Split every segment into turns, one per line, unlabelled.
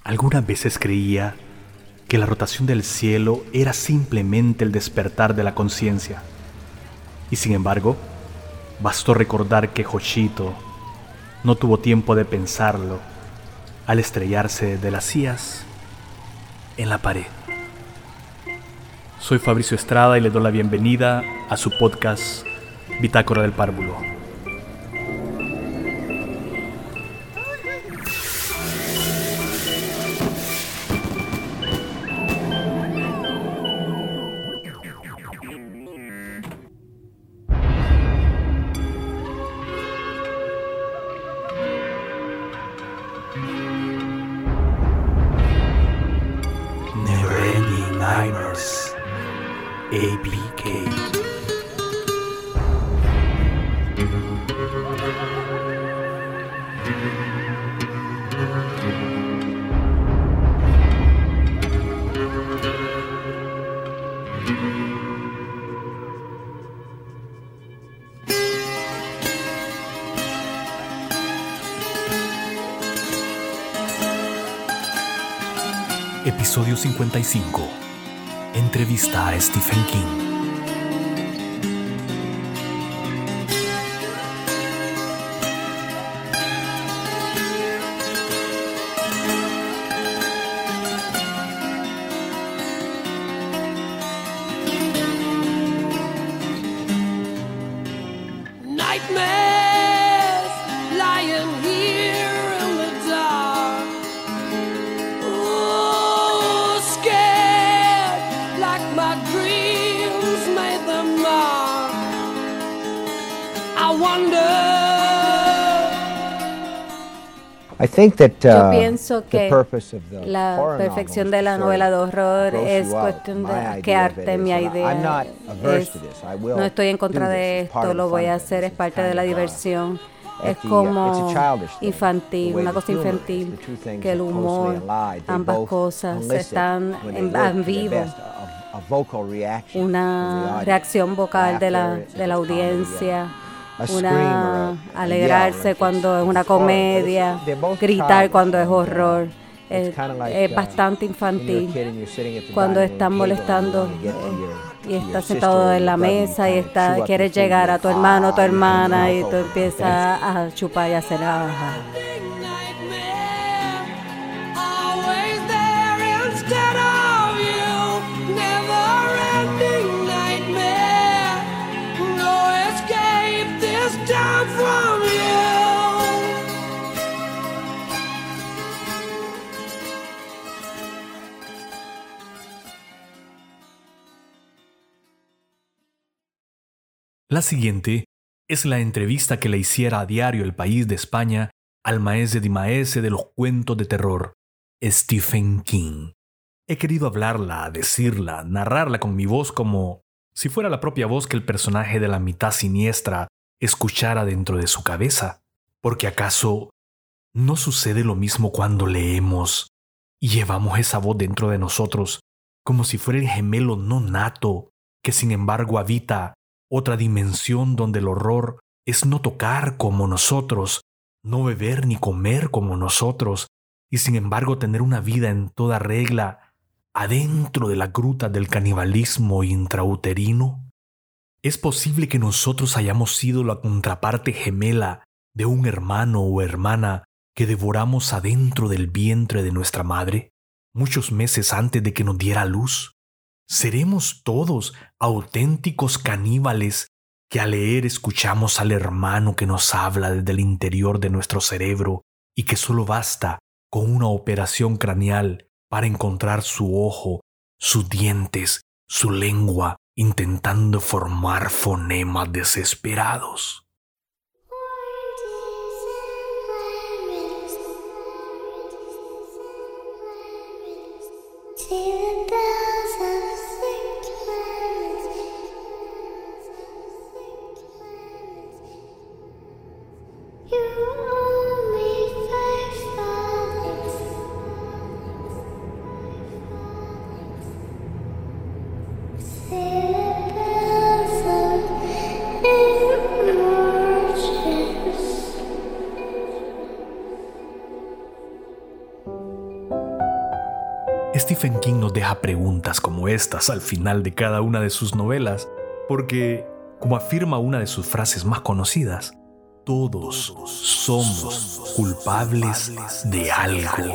Algunas veces creía que la rotación del cielo era simplemente el despertar de la conciencia. Y sin embargo, bastó recordar que Jochito no tuvo tiempo de pensarlo al estrellarse de las sillas en la pared. Soy Fabricio Estrada y le doy la bienvenida a su podcast Bitácora del Párvulo. Neverending Nightmares, APK. Episodio 55. Entrevista a Stephen King.
Nightmares lying here in the dark. Oh, scared like my dreams made them mark. I wonder.
I think that
Yo pienso
the
que
purpose of the
la
horror
perfección
novel
de
is
la
to
novela de
sort of
horror
gross
es
you out.
cuestión
My
de
idea
que
of
arte,
it
mi
is, and I'm not
idea
averse
es,
to this. I will
no estoy en contra
do this.
de
It's part
esto,
of
lo
the
voy
fun
a
of it.
hacer, es
It's
parte
kind
de la
of,
diversión. Es
it's a
como
childish thing.
infantil,
The way
una
the
cosa
humor is,
infantil,
the two things
que el
are closely
humor,
allied. They
ambas
both
cosas
elicit,
están
when they
en
work to their
vivo.
best, a vocal reaction from the
Una
audience.
reacción vocal de
Laughter,
la
if it's comedy,
audiencia,
a scream or
una
a
alegrarse
yell if
cuando es una
it's horror. But
comedia,
they're both
gritar
childish,
cuando es
and,
horror.
it's kinda like,
Es bastante
when you're a
infantil.
kid and you're sitting at the
Cuando
dining room
están
table
molestando
and you want to get to
y
your
estás
sister
sentado
or
en la
your brother, you
mesa y
kinda chew up
quieres
your
llegar a
food
tu
and,
hermano o tu
you
hermana y
mouth
tú
open.
empiezas a chupar y a hacer
Nightmare, always there instead of you. Never-ending nightmare, no escape this time from you.
La siguiente es la entrevista que le hiciera a diario El País de España al maese di maese de los cuentos de terror, Stephen King. He querido hablarla, decirla, narrarla con mi voz como si fuera la propia voz que el personaje de la mitad siniestra escuchara dentro de su cabeza. Porque ¿acaso no sucede lo mismo cuando leemos y llevamos esa voz dentro de nosotros como si fuera el gemelo no nato que sin embargo habita otra dimensión donde el horror es no tocar como nosotros, no beber ni comer como nosotros, y sin embargo tener una vida en toda regla adentro de la gruta del canibalismo intrauterino? ¿Es posible que nosotros hayamos sido la contraparte gemela de un hermano o hermana que devoramos adentro del vientre de nuestra madre, muchos meses antes de que nos diera luz? ¿Seremos todos auténticos caníbales que al leer escuchamos al hermano que nos habla desde el interior de nuestro cerebro y que solo basta con una operación craneal para encontrar su ojo, sus dientes, su lengua, intentando formar fonemas desesperados?
Thank you.
Stephen King nos deja preguntas como estas al final de cada una de sus novelas, porque, como afirma una de sus frases más conocidas, todos somos culpables de algo.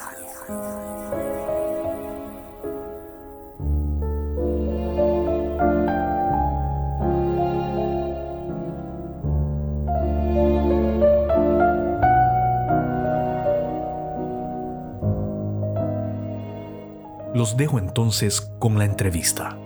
Los dejo entonces con la entrevista.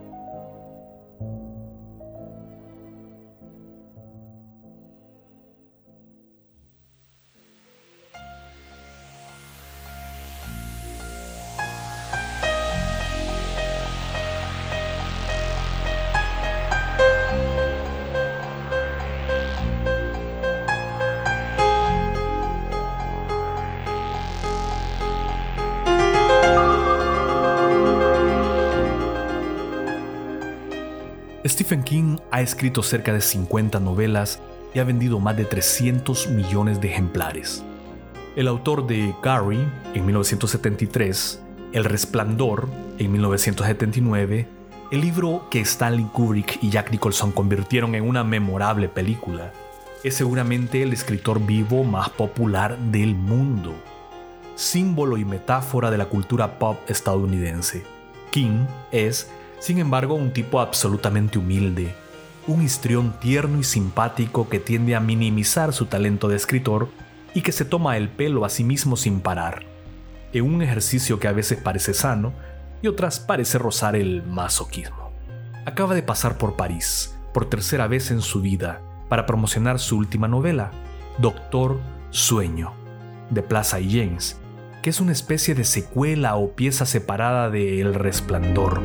Stephen King ha escrito cerca de 50 novelas y ha vendido más de 300 millones de ejemplares. El autor de Carrie, en 1973, El Resplandor, en 1979, el libro que Stanley Kubrick y Jack Nicholson convirtieron en una memorable película, es seguramente el escritor vivo más popular del mundo. Símbolo y metáfora de la cultura pop estadounidense, King es, sin embargo, un tipo absolutamente humilde, un histrión tierno y simpático que tiende a minimizar su talento de escritor y que se toma el pelo a sí mismo sin parar, en un ejercicio que a veces parece sano y otras parece rozar el masoquismo. Acaba de pasar por París, por tercera vez en su vida, para promocionar su última novela, Doctor Sueño, de Plaza y James, que es una especie de secuela o pieza separada de El Resplandor.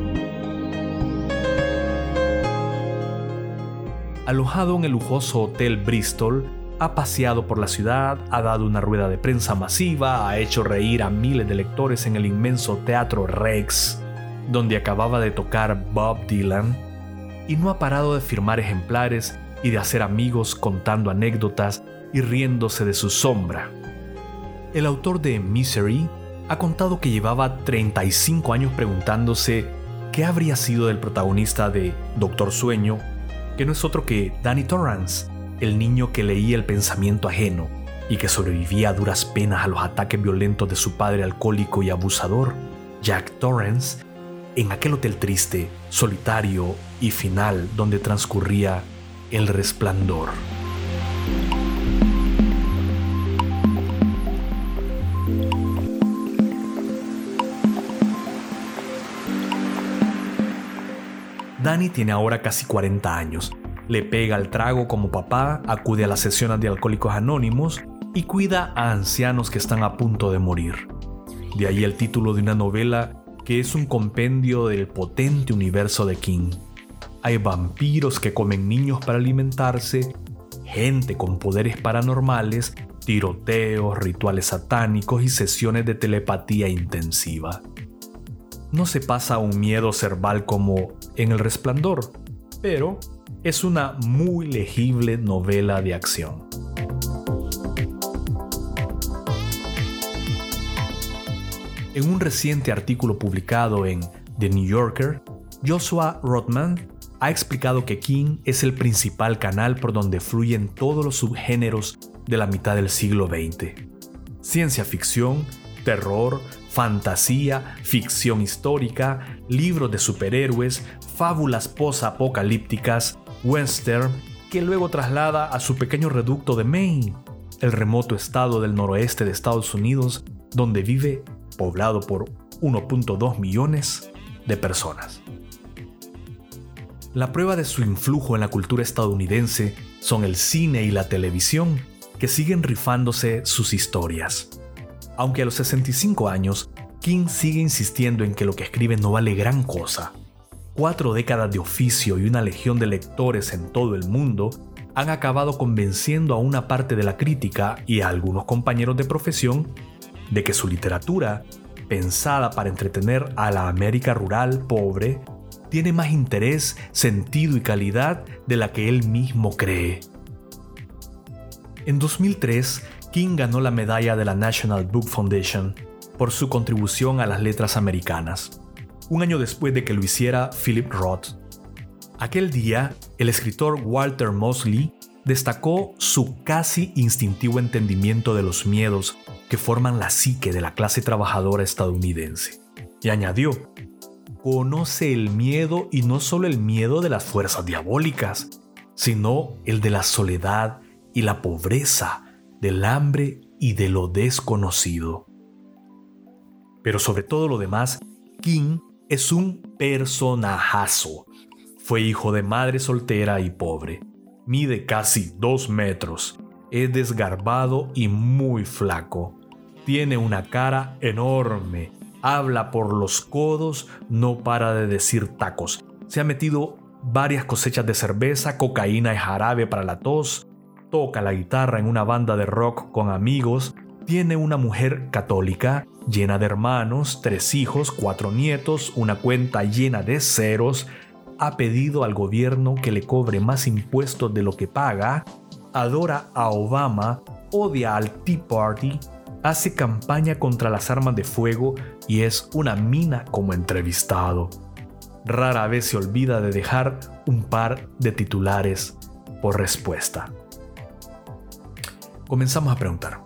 Alojado en el lujoso Hotel Bristol, ha paseado por la ciudad, ha dado una rueda de prensa masiva, ha hecho reír a miles de lectores en el inmenso Teatro Rex, donde acababa de tocar Bob Dylan, y no ha parado de firmar ejemplares y de hacer amigos contando anécdotas y riéndose de su sombra. El autor de Misery ha contado que llevaba 35 años preguntándose qué habría sido del protagonista de Doctor Sueño, que no es otro que Danny Torrance, el niño que leía el pensamiento ajeno y que sobrevivía a duras penas a los ataques violentos de su padre alcohólico y abusador, Jack Torrance, en aquel hotel triste, solitario y final donde transcurría El Resplandor. Danny tiene ahora casi 40 años, le pega al trago como papá, acude a las sesiones de Alcohólicos Anónimos y cuida a ancianos que están a punto de morir. De ahí el título de una novela que es un compendio del potente universo de King. Hay vampiros que comen niños para alimentarse, gente con poderes paranormales, tiroteos, rituales satánicos y sesiones de telepatía intensiva. No se pasa un miedo cerval como en El Resplandor, pero es una muy legible novela de acción. En un reciente artículo publicado en The New Yorker, Joshua Rothman ha explicado que King es el principal canal por donde fluyen todos los subgéneros de la mitad del siglo XX. Ciencia ficción, terror, fantasía, ficción histórica, libros de superhéroes, fábulas post-apocalípticas, western, que luego traslada a su pequeño reducto de Maine, el remoto estado del noroeste de Estados Unidos, donde vive poblado por 1.2 millones de personas. La prueba de su influjo en la cultura estadounidense son el cine y la televisión, que siguen rifándose sus historias. Aunque a los 65 años, King sigue insistiendo en que lo que escribe no vale gran cosa. 4 décadas de oficio y una legión de lectores en todo el mundo han acabado convenciendo a una parte de la crítica y a algunos compañeros de profesión de que su literatura, pensada para entretener a la América rural pobre, tiene más interés, sentido y calidad de la que él mismo cree. En 2003, King ganó la medalla de la National Book Foundation por su contribución a las letras americanas, un año después de que lo hiciera Philip Roth. Aquel día, el escritor Walter Mosley destacó su casi instintivo entendimiento de los miedos que forman la psique de la clase trabajadora estadounidense. Y añadió: conoce el miedo, y no solo el miedo de las fuerzas diabólicas, sino el de la soledad y la pobreza, del hambre y de lo desconocido. Pero sobre todo lo demás, King es un personajazo. Fue hijo de madre soltera y pobre. Mide casi 2 metros. Es desgarbado y muy flaco. Tiene una cara enorme. Habla por los codos, no para de decir tacos. Se ha metido varias cosechas de cerveza, cocaína y jarabe para la tos. Toca la guitarra en una banda de rock con amigos. Tiene una mujer católica, llena de hermanos, 3 hijos, 4 nietos, una cuenta llena de ceros. Ha pedido al gobierno que le cobre más impuestos de lo que paga. Adora a Obama, odia al Tea Party, hace campaña contra las armas de fuego y es una mina como entrevistado. Rara vez se olvida de dejar un par de titulares por respuesta. Comenzamos a preguntar.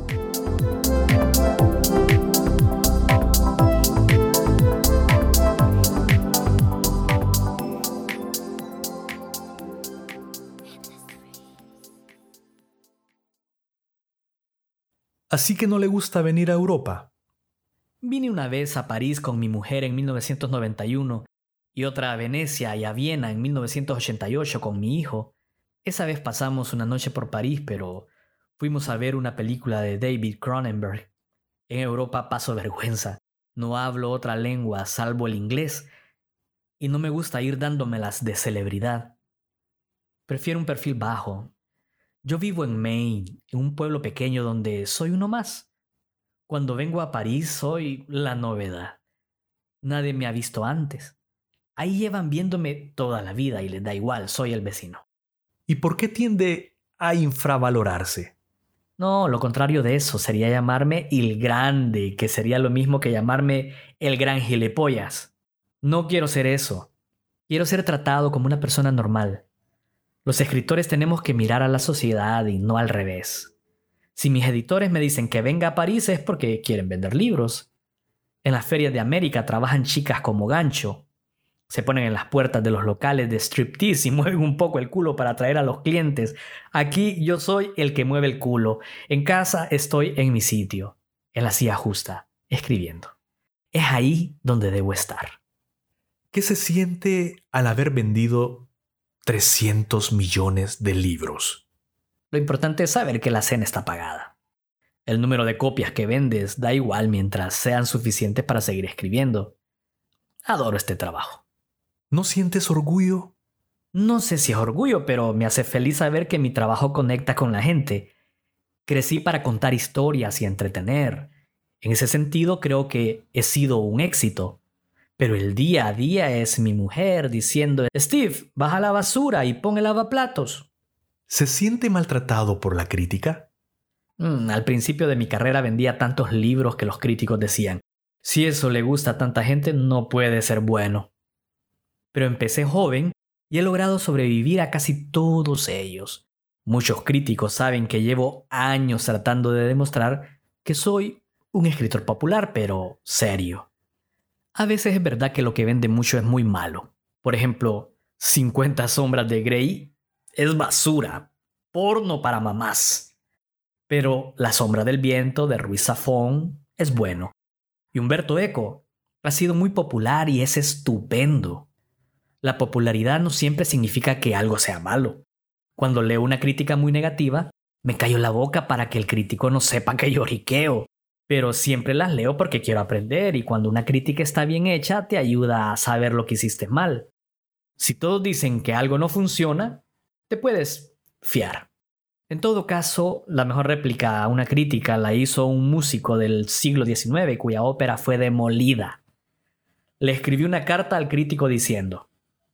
¿Así que no le gusta venir a Europa?
Vine una vez a París con mi mujer en 1991 y otra a Venecia y a Viena en 1988 con mi hijo. Esa vez pasamos una noche por París, pero fuimos a ver una película de David Cronenberg. En Europa paso vergüenza. No hablo otra lengua salvo el inglés y no me gusta ir dándomelas de celebridad. Prefiero un perfil bajo. Yo vivo en Maine, en un pueblo pequeño donde soy uno más. Cuando vengo a París soy la novedad. Nadie me ha visto antes. Ahí llevan viéndome toda la vida y les da igual, soy el vecino.
¿Y por qué tiende a infravalorarse?
No, lo contrario de eso sería llamarme el grande, que sería lo mismo que llamarme el gran gilipollas. No quiero ser eso. Quiero ser tratado como una persona normal. Los escritores tenemos que mirar a la sociedad y no al revés. Si mis editores me dicen que venga a París es porque quieren vender libros. En las ferias de América trabajan chicas como gancho. Se ponen en las puertas de los locales de striptease y mueven un poco el culo para atraer a los clientes. Aquí yo soy el que mueve el culo. En casa estoy en mi sitio, en la silla justa, escribiendo. Es ahí donde debo estar.
¿Qué se siente al haber vendido 300 millones de libros?
Lo importante es saber que la cena está pagada. El número de copias que vendes da igual mientras sean suficientes para seguir escribiendo. Adoro este trabajo.
¿No sientes orgullo?
No sé si es orgullo, pero me hace feliz saber que mi trabajo conecta con la gente. Crecí para contar historias y entretener. En ese sentido creo que he sido un éxito. Pero el día a día es mi mujer diciendo: Steve, baja la basura y pon el lavaplatos.
¿Se siente maltratado por la crítica?
Al principio de mi carrera vendía tantos libros que los críticos decían: si eso le gusta a tanta gente, no puede ser bueno. Pero empecé joven y he logrado sobrevivir a casi todos ellos. Muchos críticos saben que llevo años tratando de demostrar que soy un escritor popular, pero serio. A veces es verdad que lo que vende mucho es muy malo. Por ejemplo, 50 sombras de Grey es basura, porno para mamás. Pero La sombra del viento de Ruiz Zafón es bueno. Y Humberto Eco ha sido muy popular y es estupendo. La popularidad no siempre significa que algo sea malo. Cuando leo una crítica muy negativa, me callo la boca para que el crítico no sepa que lloriqueo. Pero siempre las leo porque quiero aprender, y cuando una crítica está bien hecha te ayuda a saber lo que hiciste mal. Si todos dicen que algo no funciona, te puedes fiar. En todo caso, la mejor réplica a una crítica la hizo un músico del siglo XIX cuya ópera fue demolida. Le escribió una carta al crítico diciendo: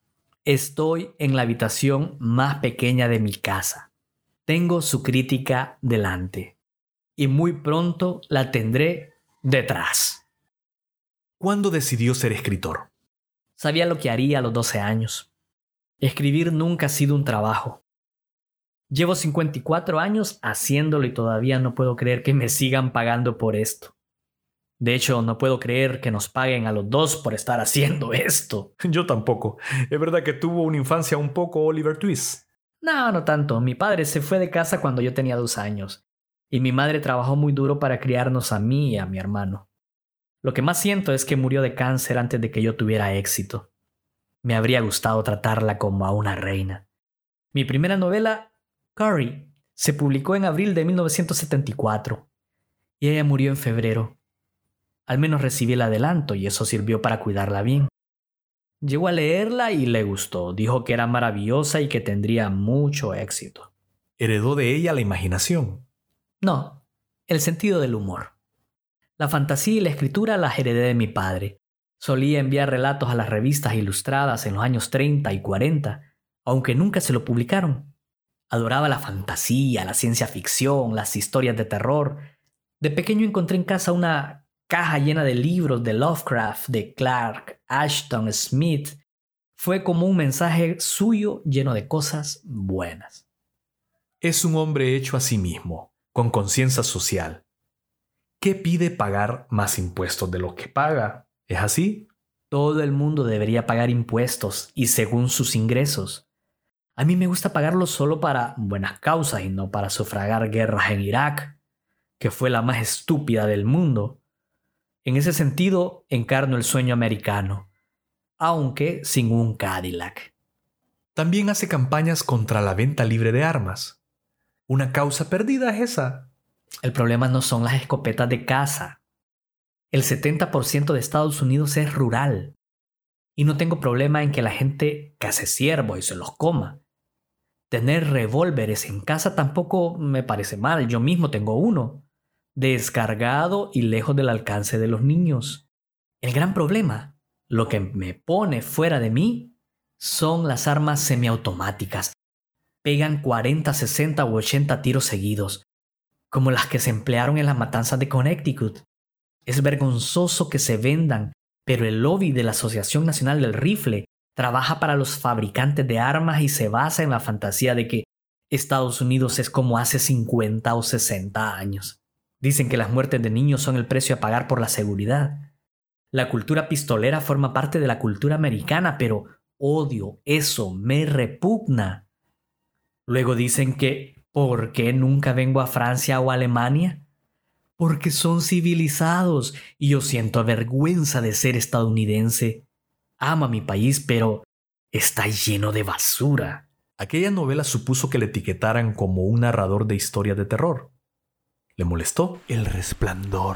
estoy en la habitación más pequeña de mi casa. Tengo su crítica delante. Y muy pronto la tendré detrás.
¿Cuándo decidió ser escritor?
Sabía lo que haría a los 12 años. Escribir nunca ha sido un trabajo. Llevo 54 años haciéndolo y todavía no puedo creer que me sigan pagando por esto. De hecho, no puedo creer que nos paguen a los dos por estar haciendo esto.
Yo tampoco. Es verdad que tuvo una infancia un poco Oliver Twist.
No tanto. Mi padre se fue de casa cuando yo tenía 2 años. Y mi madre trabajó muy duro para criarnos a mí y a mi hermano. Lo que más siento es que murió de cáncer antes de que yo tuviera éxito. Me habría gustado tratarla como a una reina. Mi primera novela, Carrie, se publicó en abril de 1974. Y ella murió en febrero. Al menos recibí el adelanto y eso sirvió para cuidarla bien. Llegó a leerla y le gustó. Dijo que era maravillosa y que tendría mucho éxito.
¿Heredó de ella la imaginación?
No, el sentido del humor. La fantasía y la escritura las heredé de mi padre. Solía enviar relatos a las revistas ilustradas en los años 30 y 40, aunque nunca se lo publicaron. Adoraba la fantasía, la ciencia ficción, las historias de terror. De pequeño encontré en casa una caja llena de libros de Lovecraft, de Clark Ashton Smith. Fue como un mensaje suyo lleno de cosas buenas.
Es un hombre hecho a sí mismo, con conciencia social. ¿Qué pide pagar más impuestos de lo que paga? ¿Es así?
Todo el mundo debería pagar impuestos y según sus ingresos. A mí me gusta pagarlos solo para buenas causas y no para sufragar guerras en Irak, que fue la más estúpida del mundo. En ese sentido, encarno el sueño americano, aunque sin un Cadillac.
También hace campañas contra la venta libre de armas. ¿Una causa perdida es esa?
El problema no son las escopetas de caza. El 70% de Estados Unidos es rural. Y no tengo problema en que la gente case ciervos y se los coma. Tener revólveres en casa tampoco me parece mal. Yo mismo tengo uno, descargado y lejos del alcance de los niños. El gran problema, lo que me pone fuera de mí, son las armas semiautomáticas. Pegan 40, 60 u 80 tiros seguidos, como las que se emplearon en las matanzas de Connecticut. Es vergonzoso que se vendan, pero el lobby de la Asociación Nacional del Rifle trabaja para los fabricantes de armas y se basa en la fantasía de que Estados Unidos es como hace 50 o 60 años. Dicen que las muertes de niños son el precio a pagar por la seguridad. La cultura pistolera forma parte de la cultura americana, pero odio eso, me repugna. Luego dicen que ¿por qué nunca vengo a Francia o a Alemania? Porque son civilizados y yo siento vergüenza de ser estadounidense. Amo a mi país, pero está lleno de basura.
Aquella novela supuso que le etiquetaran como un narrador de historias de terror. ¿Le molestó? El Resplandor.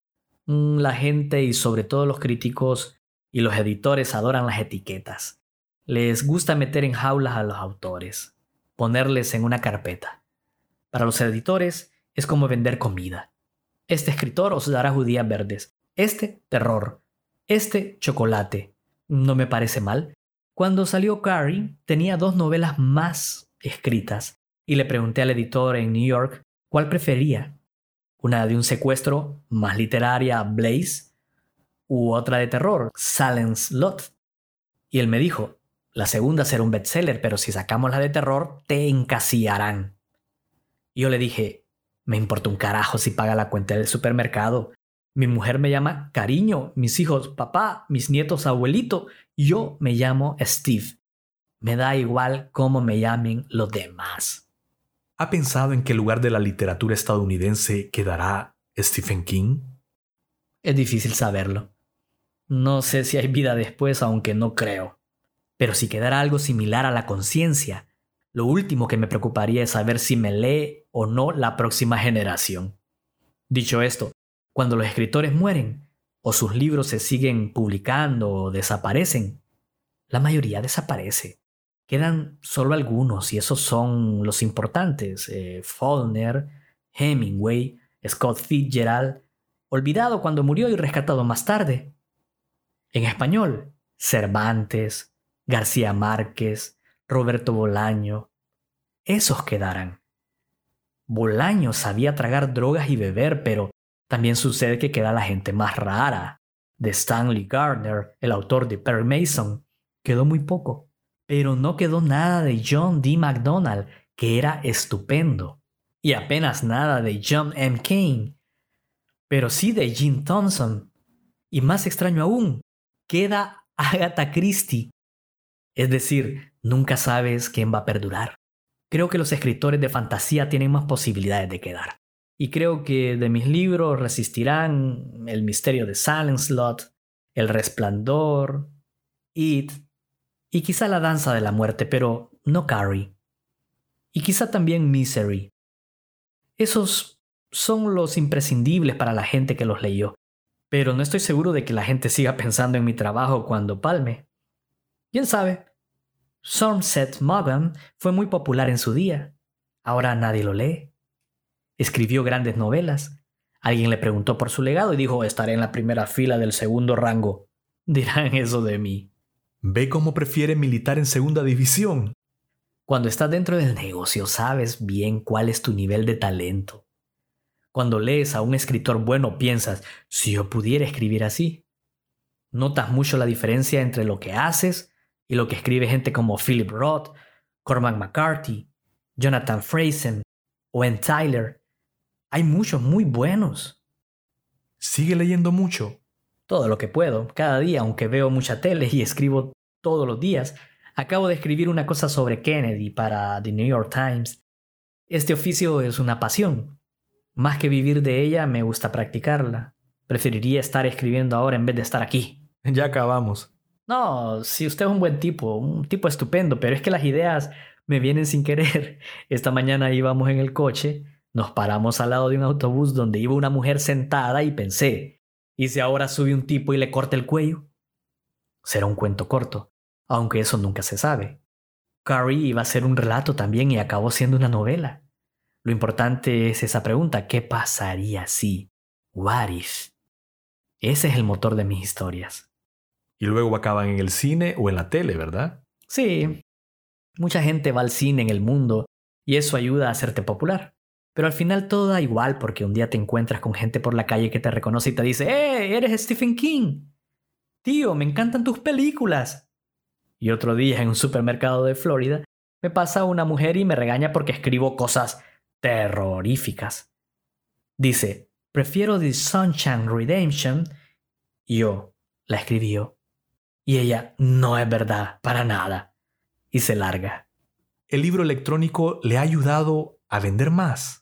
La gente y sobre todo los críticos y los editores adoran las etiquetas. Les gusta meter en jaulas a los autores, ponerles en una carpeta. Para los editores es como vender comida. Este escritor os dará judías verdes, este terror, este chocolate. No me parece mal. Cuando salió Carrie tenía 2 novelas más escritas y le pregunté al editor en New York cuál prefería. Una de un secuestro, más literaria, Blaze, u otra de terror, Silence Lot. Y él me dijo, la segunda será un bestseller, pero si sacamos la de terror, te encasillarán. Y yo le dije, me importa un carajo si paga la cuenta del supermercado. Mi mujer me llama cariño, mis hijos papá, mis nietos abuelito. Yo me llamo Steve. Me da igual cómo me llamen los demás.
¿Ha pensado en qué lugar de la literatura estadounidense quedará Stephen King?
Es difícil saberlo. No sé si hay vida después, aunque no creo. Pero si quedara algo similar a la conciencia, lo último que me preocuparía es saber si me lee o no la próxima generación. Dicho esto, cuando los escritores mueren, o sus libros se siguen publicando o desaparecen, la mayoría desaparece. Quedan solo algunos y esos son los importantes. Faulkner, Hemingway, Scott Fitzgerald, olvidado cuando murió y rescatado más tarde. En español, Cervantes, García Márquez, Roberto Bolaño. Esos quedarán. Bolaño sabía tragar drogas y beber, pero También sucede que queda la gente más rara. De Stanley Gardner, el autor de Perry Mason, quedó muy poco. Pero no quedó nada de John D. MacDonald, que era estupendo. Y apenas nada de John M. Cain. Pero sí de Jim Thompson. Y más extraño aún, queda Agatha Christie. Es decir, nunca sabes quién va a perdurar. Creo que los escritores de fantasía tienen más posibilidades de quedar. Y creo que de mis libros resistirán El misterio de Salem Slot, El resplandor, It, y quizá La danza de la muerte, pero no Carrie. Y quizá también Misery. Esos son los imprescindibles para la gente que los leyó. Pero no estoy seguro de que la gente siga pensando en mi trabajo cuando palme. ¿Quién sabe? Somerset Maugham fue muy popular en su día. Ahora nadie lo lee. Escribió grandes novelas. Alguien le preguntó por su legado y dijo: estaré en la primera fila del segundo rango. Dirán eso de mí.
¿Ve cómo prefiere militar en segunda división?
Cuando estás dentro del negocio sabes bien cuál es tu nivel de talento. Cuando lees a un escritor bueno piensas: si yo pudiera escribir así. Notas mucho la diferencia entre lo que haces y lo que escribe gente como Philip Roth, Cormac McCarthy, Jonathan Franzen o Ann Tyler. Hay muchos muy buenos.
¿Sigue leyendo mucho?
Todo lo que puedo, cada día, aunque veo mucha tele y escribo todos los días. Acabo de escribir una cosa sobre Kennedy para The New York Times. Este oficio es una pasión. Más que vivir de ella, me gusta practicarla. Preferiría estar escribiendo ahora en vez de estar aquí.
Ya acabamos.
No, si usted es un tipo estupendo, pero es que las ideas me vienen sin querer. Esta mañana íbamos en el coche, nos paramos al lado de un autobús donde iba una mujer sentada y pensé: ¿y si ahora sube un tipo y le corta el cuello? Será un cuento corto, aunque eso nunca se sabe. Carrie iba a ser un relato también y acabó siendo una novela. Lo importante es esa pregunta: ¿qué pasaría si? What if? Ese es el motor de mis historias.
Y luego acaban en el cine o en la tele, ¿verdad?
Sí, mucha gente va al cine en el mundo y eso ayuda a hacerte popular. Pero al final todo da igual porque un día te encuentras con gente por la calle que te reconoce y te dice: ¡Eh, eres Stephen King! Tío, me encantan tus películas. Y otro día en un supermercado de Florida me pasa una mujer y me regaña porque escribo cosas terroríficas. Dice: prefiero The Sunshine Redemption. Y yo: la escribí yo. Y ella: no es verdad, para nada. Y se larga.
¿El libro electrónico le ha ayudado a vender más?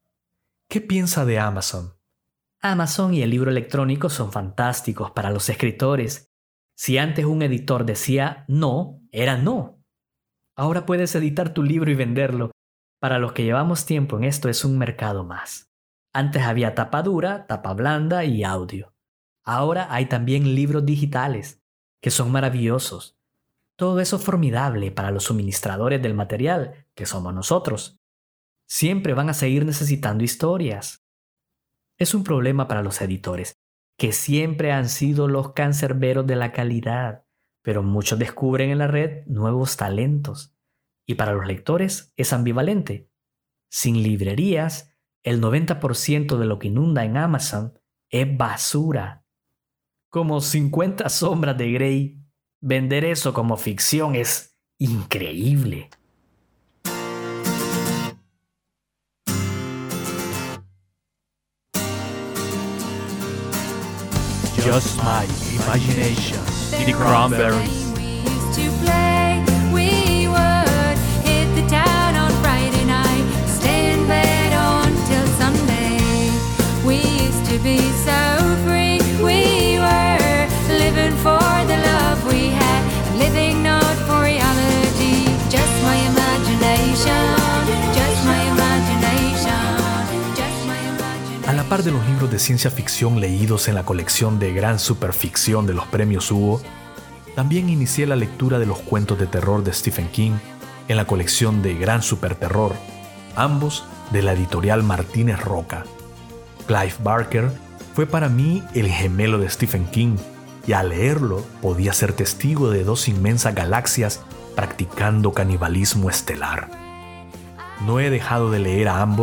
¿Qué piensa de Amazon?
Amazon y el libro electrónico son fantásticos para los escritores. Si antes un editor decía no, era no. Ahora puedes editar tu libro y venderlo. Para los que llevamos tiempo en esto es un mercado más. Antes había tapa dura, tapa blanda y audio. Ahora hay también libros digitales, que son maravillosos. Todo eso es formidable para los suministradores del material, que somos nosotros. Siempre van a seguir necesitando historias. Es un problema para los editores, que siempre han sido los cancerberos de la calidad, pero muchos descubren en la red nuevos talentos. Y para los lectores es ambivalente. Sin librerías, el 90% de lo que inunda en Amazon es basura. Como 50 sombras de Grey. Vender eso como ficción es increíble.
Just my imagination. The Cranberries.
We used to play, we would hit the town on Friday night, stay in bed until Sunday. We used to be so free, we were living for the love we had, living not for reality. Just my imagination, just my imagination, just my imagination.
A la par de los libros de ciencia ficción leídos en la colección de Gran Superficción de los premios Hugo, también inicié la lectura de los cuentos de terror de Stephen King en la colección de Gran Superterror, ambos de la editorial Martínez Roca. Clive Barker fue para mí el gemelo de Stephen King, y al leerlo podía ser testigo de dos inmensas galaxias practicando canibalismo estelar. No he dejado de leer a ambos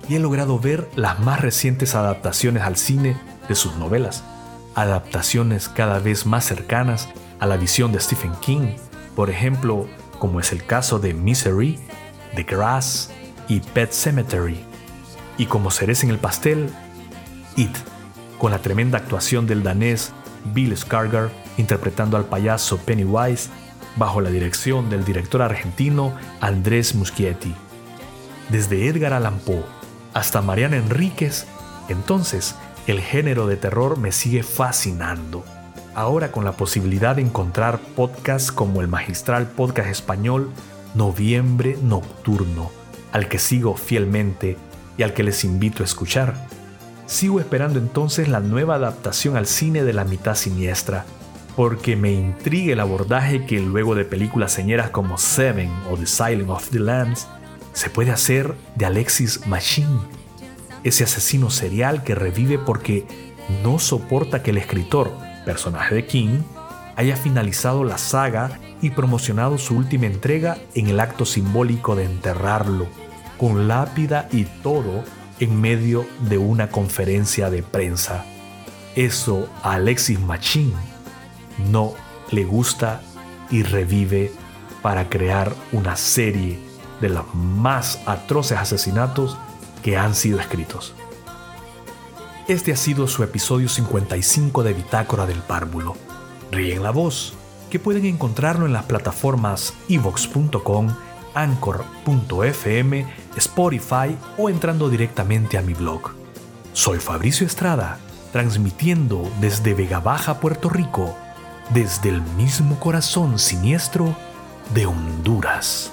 y he logrado ver las más recientes adaptaciones al cine de sus novelas, adaptaciones cada vez más cercanas a la visión de Stephen King, por ejemplo, como es el caso de Misery, The Grass y Pet Sematary, y como cereza en el pastel, It, con la tremenda actuación del danés Bill Skarsgård interpretando al payaso Pennywise bajo la dirección del director argentino Andrés Muschietti. Desde Edgar Allan Poe hasta Mariana Enríquez, entonces el género de terror me sigue fascinando. Ahora con la posibilidad de encontrar podcasts como el magistral podcast español Noviembre Nocturno, al que sigo fielmente y al que les invito a escuchar. Sigo esperando entonces la nueva adaptación al cine de La Mitad Siniestra, porque me intriga el abordaje que luego de películas señeras como Seven o The Silence of the Lambs se puede hacer de Alexis Machine, ese asesino serial que revive porque no soporta que el escritor, personaje de King, haya finalizado la saga y promocionado su última entrega en el acto simbólico de enterrarlo, con lápida y todo, en medio de una conferencia de prensa. Eso a Alexis Machine no le gusta y revive para crear una serie de los más atroces asesinatos que han sido escritos. Este ha sido su episodio 55 de Bitácora del Párvulo. Ríen la voz, que pueden encontrarlo en las plataformas iVoox.com, Anchor.fm, Spotify o entrando directamente a mi blog. Soy Fabricio Estrada, transmitiendo desde Vega Baja, Puerto Rico, desde el mismo corazón siniestro de Honduras.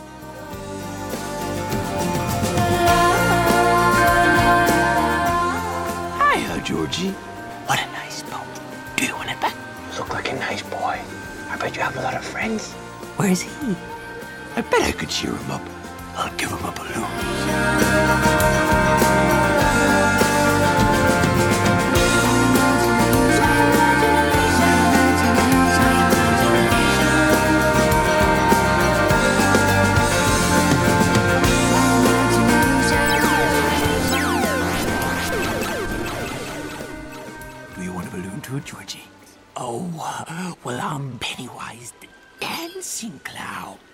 Hiya, Georgie. What a nice boat. Do you want it back? You look like a nice boy. I bet you have a lot of friends. Where's he? I bet I could cheer him up. I'll give him a balloon. Do you want a balloon too, Georgie? Oh, well, I'm Pennywise the Dancing Clown.